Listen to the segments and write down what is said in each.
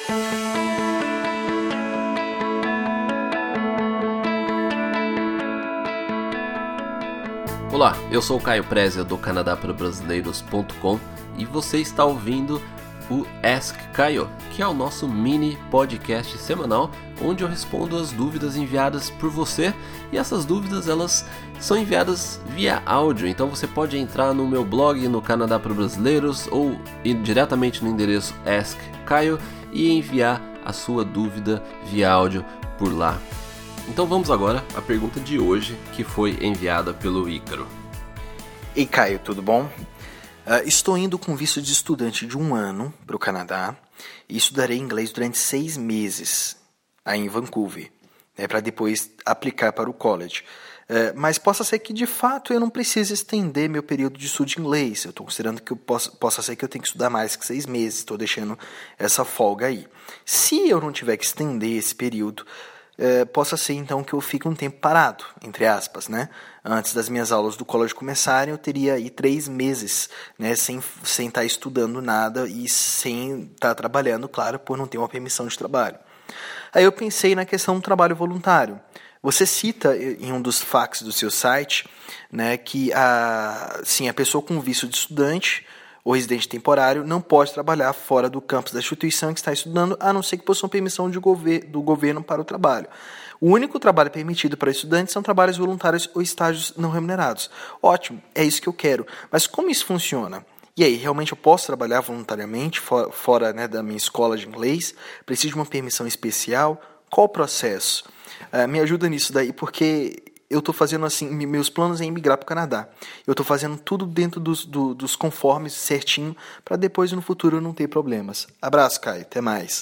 Olá, eu sou o Caio Prezia do canadaprabrasileiros.com e você está ouvindo o Ask Caio, que é o nosso mini podcast semanal onde eu respondo as dúvidas enviadas por você, e essas dúvidas elas são enviadas via áudio, então você pode entrar no meu blog no Canadá para Brasileiros ou ir diretamente no endereço Ask Caio e enviar a sua dúvida via áudio por lá. Então vamos agora à pergunta de hoje, que foi enviada pelo Ícaro. Ei Caio, tudo bom? Estou indo com visto de estudante de 1 ano para o Canadá e estudarei inglês durante 6 meses aí em Vancouver, para depois aplicar para o college. Mas possa ser que de fato eu não precise estender meu período de estudo de inglês. Eu estou considerando que possa ser que eu tenha que estudar mais que 6 meses, estou deixando essa folga aí. Se eu não tiver que estender esse período, possa ser então que eu fique um tempo parado, entre aspas, né? Antes das minhas aulas do college começarem, eu teria aí 3 meses, né, sem estar estudando nada e sem estar trabalhando, claro, por não ter uma permissão de trabalho. Aí eu pensei na questão do trabalho voluntário. Você cita em um dos facts do seu site, né, que a pessoa com visto de estudante ou residente temporário não pode trabalhar fora do campus da instituição em que está estudando, a não ser que possua permissão do governo para o trabalho. O único trabalho permitido para estudantes são trabalhos voluntários ou estágios não remunerados. Ótimo, é isso que eu quero. Mas como isso funciona? E aí, realmente eu posso trabalhar voluntariamente fora, né, da minha escola de inglês? Preciso de uma permissão especial? Qual o processo? Me ajuda nisso daí, porque eu estou fazendo assim, meus planos é emigrar para o Canadá. Eu estou fazendo tudo dentro dos conformes certinho, para depois no futuro eu não ter problemas. Abraço, Caio. Até mais.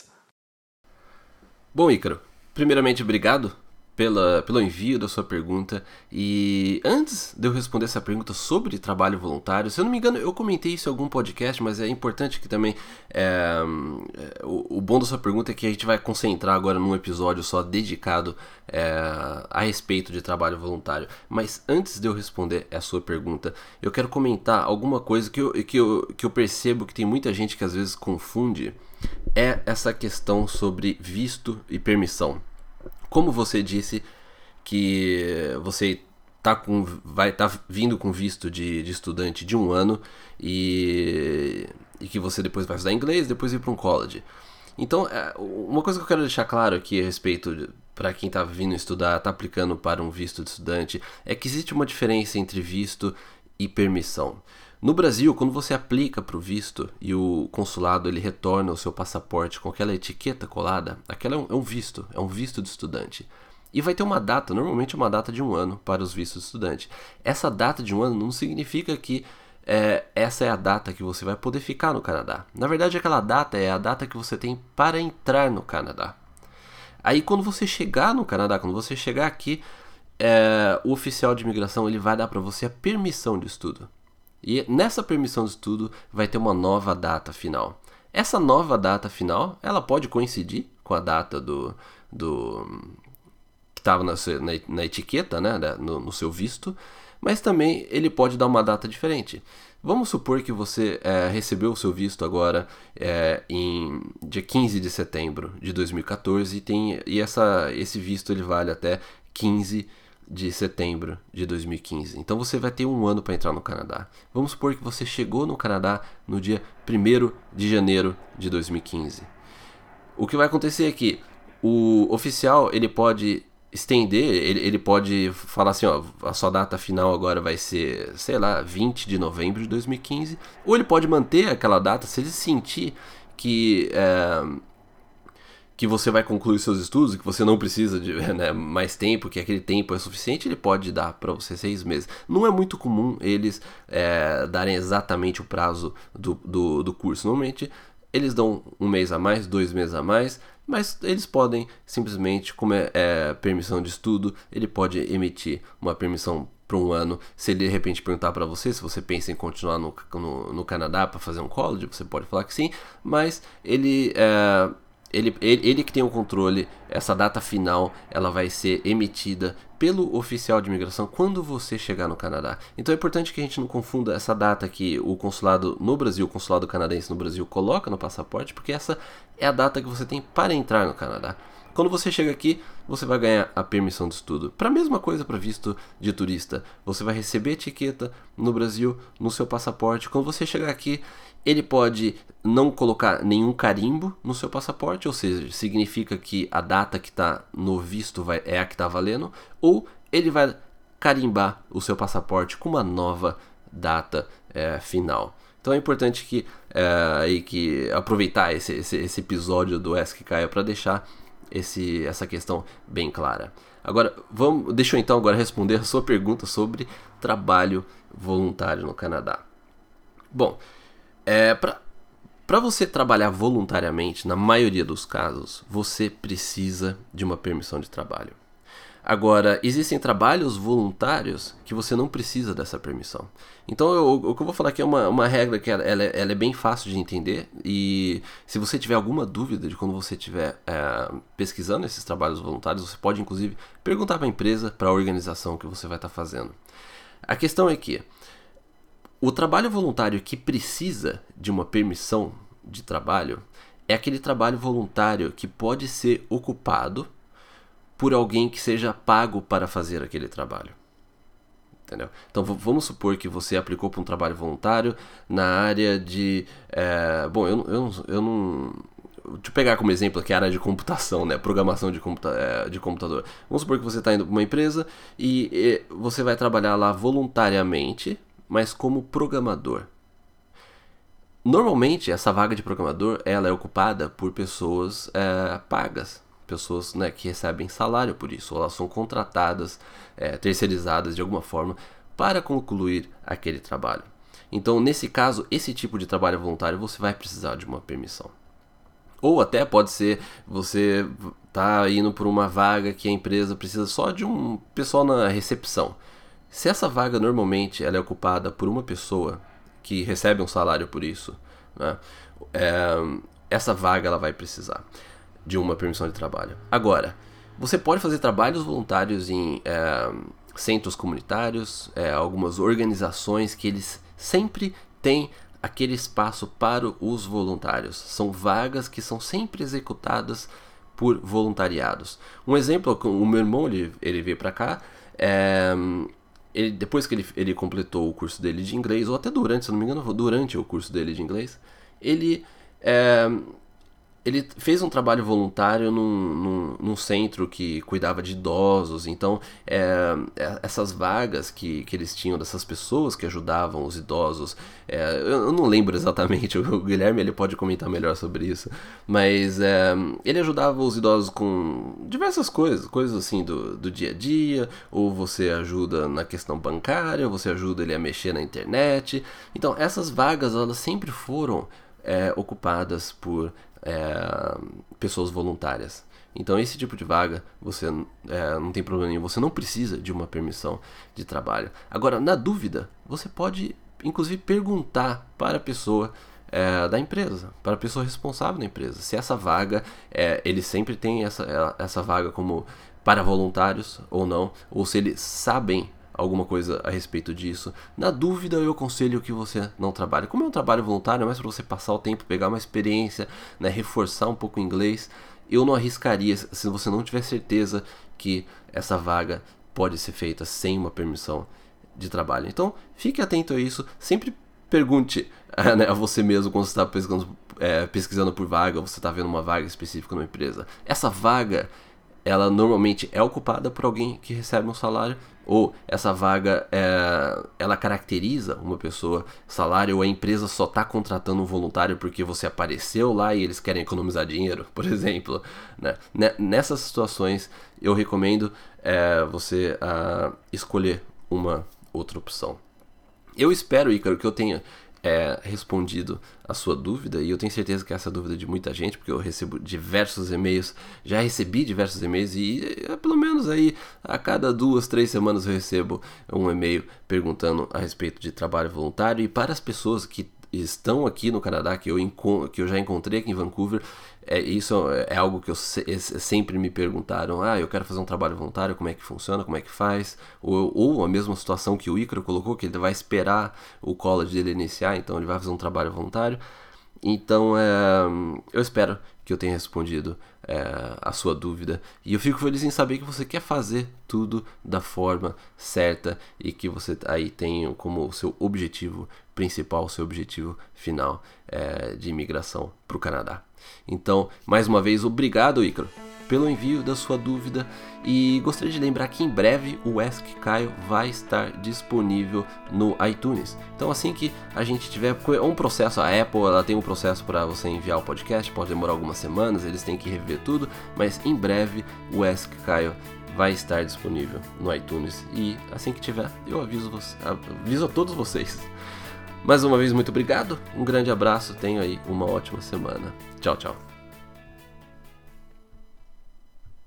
Bom, Ícaro, primeiramente obrigado pelo envio da sua pergunta. E antes de eu responder essa pergunta sobre trabalho voluntário, se eu não me engano eu comentei isso em algum podcast, mas é importante que também o bom da sua pergunta é que a gente vai concentrar agora num episódio só dedicado a respeito de trabalho voluntário. Mas antes de eu responder a sua pergunta, eu quero comentar alguma coisa que eu percebo que tem muita gente que às vezes confunde, é essa questão sobre visto e permissão. Como você disse que você vai estar vindo com visto de estudante de 1 ano e que você depois vai estudar inglês, depois ir para um college. Então, uma coisa que eu quero deixar claro aqui a respeito, para quem está vindo estudar, está aplicando para um visto de estudante, é que existe uma diferença entre visto e permissão. No Brasil, quando você aplica para o visto e o consulado ele retorna o seu passaporte com aquela etiqueta colada, aquela é um visto de estudante. E vai ter uma data, normalmente uma data de 1 ano para os vistos de estudante. Essa data de 1 ano não significa que essa é a data que você vai poder ficar no Canadá. Na verdade, aquela data é a data que você tem para entrar no Canadá. Aí quando você chegar no Canadá, quando você chegar aqui, o oficial de imigração ele vai dar para você a permissão de estudo. E nessa permissão de estudo vai ter uma nova data final. Essa nova data final, ela pode coincidir com a data que estava na etiqueta, né, no seu visto, mas também ele pode dar uma data diferente. Vamos supor que você recebeu o seu visto agora em dia 15 de setembro de 2014 e esse visto ele vale até 15 de setembro de 2015. Então você vai ter 1 ano para entrar no Canadá. Vamos supor que você chegou no Canadá no dia 1º de janeiro de 2015. O que vai acontecer é que o oficial ele pode estender, ele pode falar assim, ó, a sua data final agora vai ser, sei lá, 20 de novembro de 2015, ou ele pode manter aquela data se ele sentir que você vai concluir seus estudos, que você não precisa de mais tempo, que aquele tempo é suficiente, ele pode dar para você 6 meses. Não é muito comum eles darem exatamente o prazo do curso. Normalmente eles dão 1 mês a mais, 2 meses a mais, mas eles podem simplesmente, como permissão de estudo, ele pode emitir uma permissão para 1 ano. Se ele de repente perguntar para você se você pensa em continuar no Canadá para fazer um college, você pode falar que sim, mas ele Ele que tem o controle, essa data final, ela vai ser emitida pelo oficial de imigração quando você chegar no Canadá. Então é importante que a gente não confunda essa data que o consulado no Brasil, o consulado canadense no Brasil coloca no passaporte, porque essa é a data que você tem para entrar no Canadá. Quando você chega aqui, você vai ganhar a permissão de estudo. Para a mesma coisa para visto de turista. Você vai receber etiqueta no Brasil, no seu passaporte. Quando você chegar aqui, ele pode não colocar nenhum carimbo no seu passaporte, ou seja, significa que a data que está no visto é a que está valendo, ou ele vai carimbar o seu passaporte com uma nova data final. Então é importante que aproveitar esse episódio do Ask Caio para deixar essa questão bem clara. Agora, deixa eu então agora responder a sua pergunta sobre trabalho voluntário no Canadá. Bom, para você trabalhar voluntariamente, na maioria dos casos, você precisa de uma permissão de trabalho. Agora, existem trabalhos voluntários que você não precisa dessa permissão. Então, o que eu vou falar aqui é uma regra que ela é bem fácil de entender. E se você tiver alguma dúvida de quando você estiver pesquisando esses trabalhos voluntários, você pode, inclusive, perguntar para a empresa, para a organização que você vai estar fazendo. A questão é que o trabalho voluntário que precisa de uma permissão de trabalho é aquele trabalho voluntário que pode ser ocupado por alguém que seja pago para fazer aquele trabalho. Entendeu? Então vamos supor que você aplicou para um trabalho voluntário na área de... bom, eu não... Deixa eu pegar como exemplo aqui a área de computação, né? Programação de computador. Vamos supor que você está indo para uma empresa e você vai trabalhar lá voluntariamente, mas como programador. Normalmente, essa vaga de programador ela é ocupada por pessoas pagas. Pessoas, né, que recebem salário por isso, ou elas são contratadas, terceirizadas de alguma forma para concluir aquele trabalho. Então, nesse caso, esse tipo de trabalho voluntário você vai precisar de uma permissão. Ou até pode ser você tá indo por uma vaga que a empresa precisa só de um pessoal na recepção. Se essa vaga normalmente ela é ocupada por uma pessoa que recebe um salário por isso, né, essa vaga ela vai precisar de uma permissão de trabalho. Agora, você pode fazer trabalhos voluntários em centros comunitários, algumas organizações que eles sempre têm aquele espaço para os voluntários. São vagas que são sempre executadas por voluntariados. Um exemplo, o meu irmão ele veio para cá, depois que ele completou o curso dele de inglês, ou até durante, se não me engano, durante o curso dele de inglês, ele fez um trabalho voluntário num centro que cuidava de idosos. Então, essas vagas que eles tinham dessas pessoas que ajudavam os idosos, eu não lembro exatamente, o Guilherme ele pode comentar melhor sobre isso, mas ele ajudava os idosos com diversas coisas assim do dia a dia, ou você ajuda na questão bancária, você ajuda ele a mexer na internet. Então, essas vagas elas sempre foram ocupadas por pessoas voluntárias. Então esse tipo de vaga você não tem problema nenhum, você não precisa de uma permissão de trabalho. Agora, na dúvida, você pode inclusive perguntar para a pessoa da empresa, para a pessoa responsável da empresa, se essa vaga, eles sempre têm essa vaga como para voluntários ou não, ou se eles sabem alguma coisa a respeito disso. Na dúvida, eu aconselho que você não trabalhe. Como é um trabalho voluntário, é mais para você passar o tempo, pegar uma experiência, né, reforçar um pouco o inglês. Eu não arriscaria se você não tiver certeza que essa vaga pode ser feita sem uma permissão de trabalho. Então, fique atento a isso. Sempre pergunte né, a você mesmo quando você está pesquisando por vaga, ou você está vendo uma vaga específica numa empresa. Essa vaga, ela normalmente é ocupada por alguém que recebe um salário, ou essa vaga ela caracteriza uma pessoa salário, ou a empresa só está contratando um voluntário porque você apareceu lá e eles querem economizar dinheiro, por exemplo, né? Nessas situações eu recomendo você escolher uma outra opção. Eu espero, Ícaro, que eu tenha respondido a sua dúvida, e eu tenho certeza que essa é a dúvida de muita gente, porque eu recebo diversos e-mails, já recebi diversos e-mails, e pelo menos aí a cada 2-3 semanas eu recebo um e-mail perguntando a respeito de trabalho voluntário. E para as pessoas que estão aqui no Canadá, que eu já encontrei aqui em Vancouver, isso é algo que sempre me perguntaram. Eu quero fazer um trabalho voluntário, como é que funciona, como é que faz? Ou a mesma situação que o Ícaro colocou, que ele vai esperar o college dele iniciar, então ele vai fazer um trabalho voluntário. Então eu espero que eu tenha respondido a sua dúvida, e eu fico feliz em saber que você quer fazer tudo da forma certa e que você aí tem como o seu objetivo principal, o seu objetivo final de imigração para o Canadá. Então, mais uma vez, obrigado, Ícaro, pelo envio da sua dúvida, e gostaria de lembrar que em breve o Ask Caio vai estar disponível no iTunes. Então, assim que a gente tiver um processo, a Apple ela tem um processo para você enviar o podcast, pode demorar algumas semanas, eles têm que rever tudo, mas em breve o Ask Caio vai estar disponível no iTunes, e assim que tiver eu aviso a todos vocês. Mais uma vez, muito obrigado, um grande abraço, tenha aí uma ótima semana. Tchau, tchau.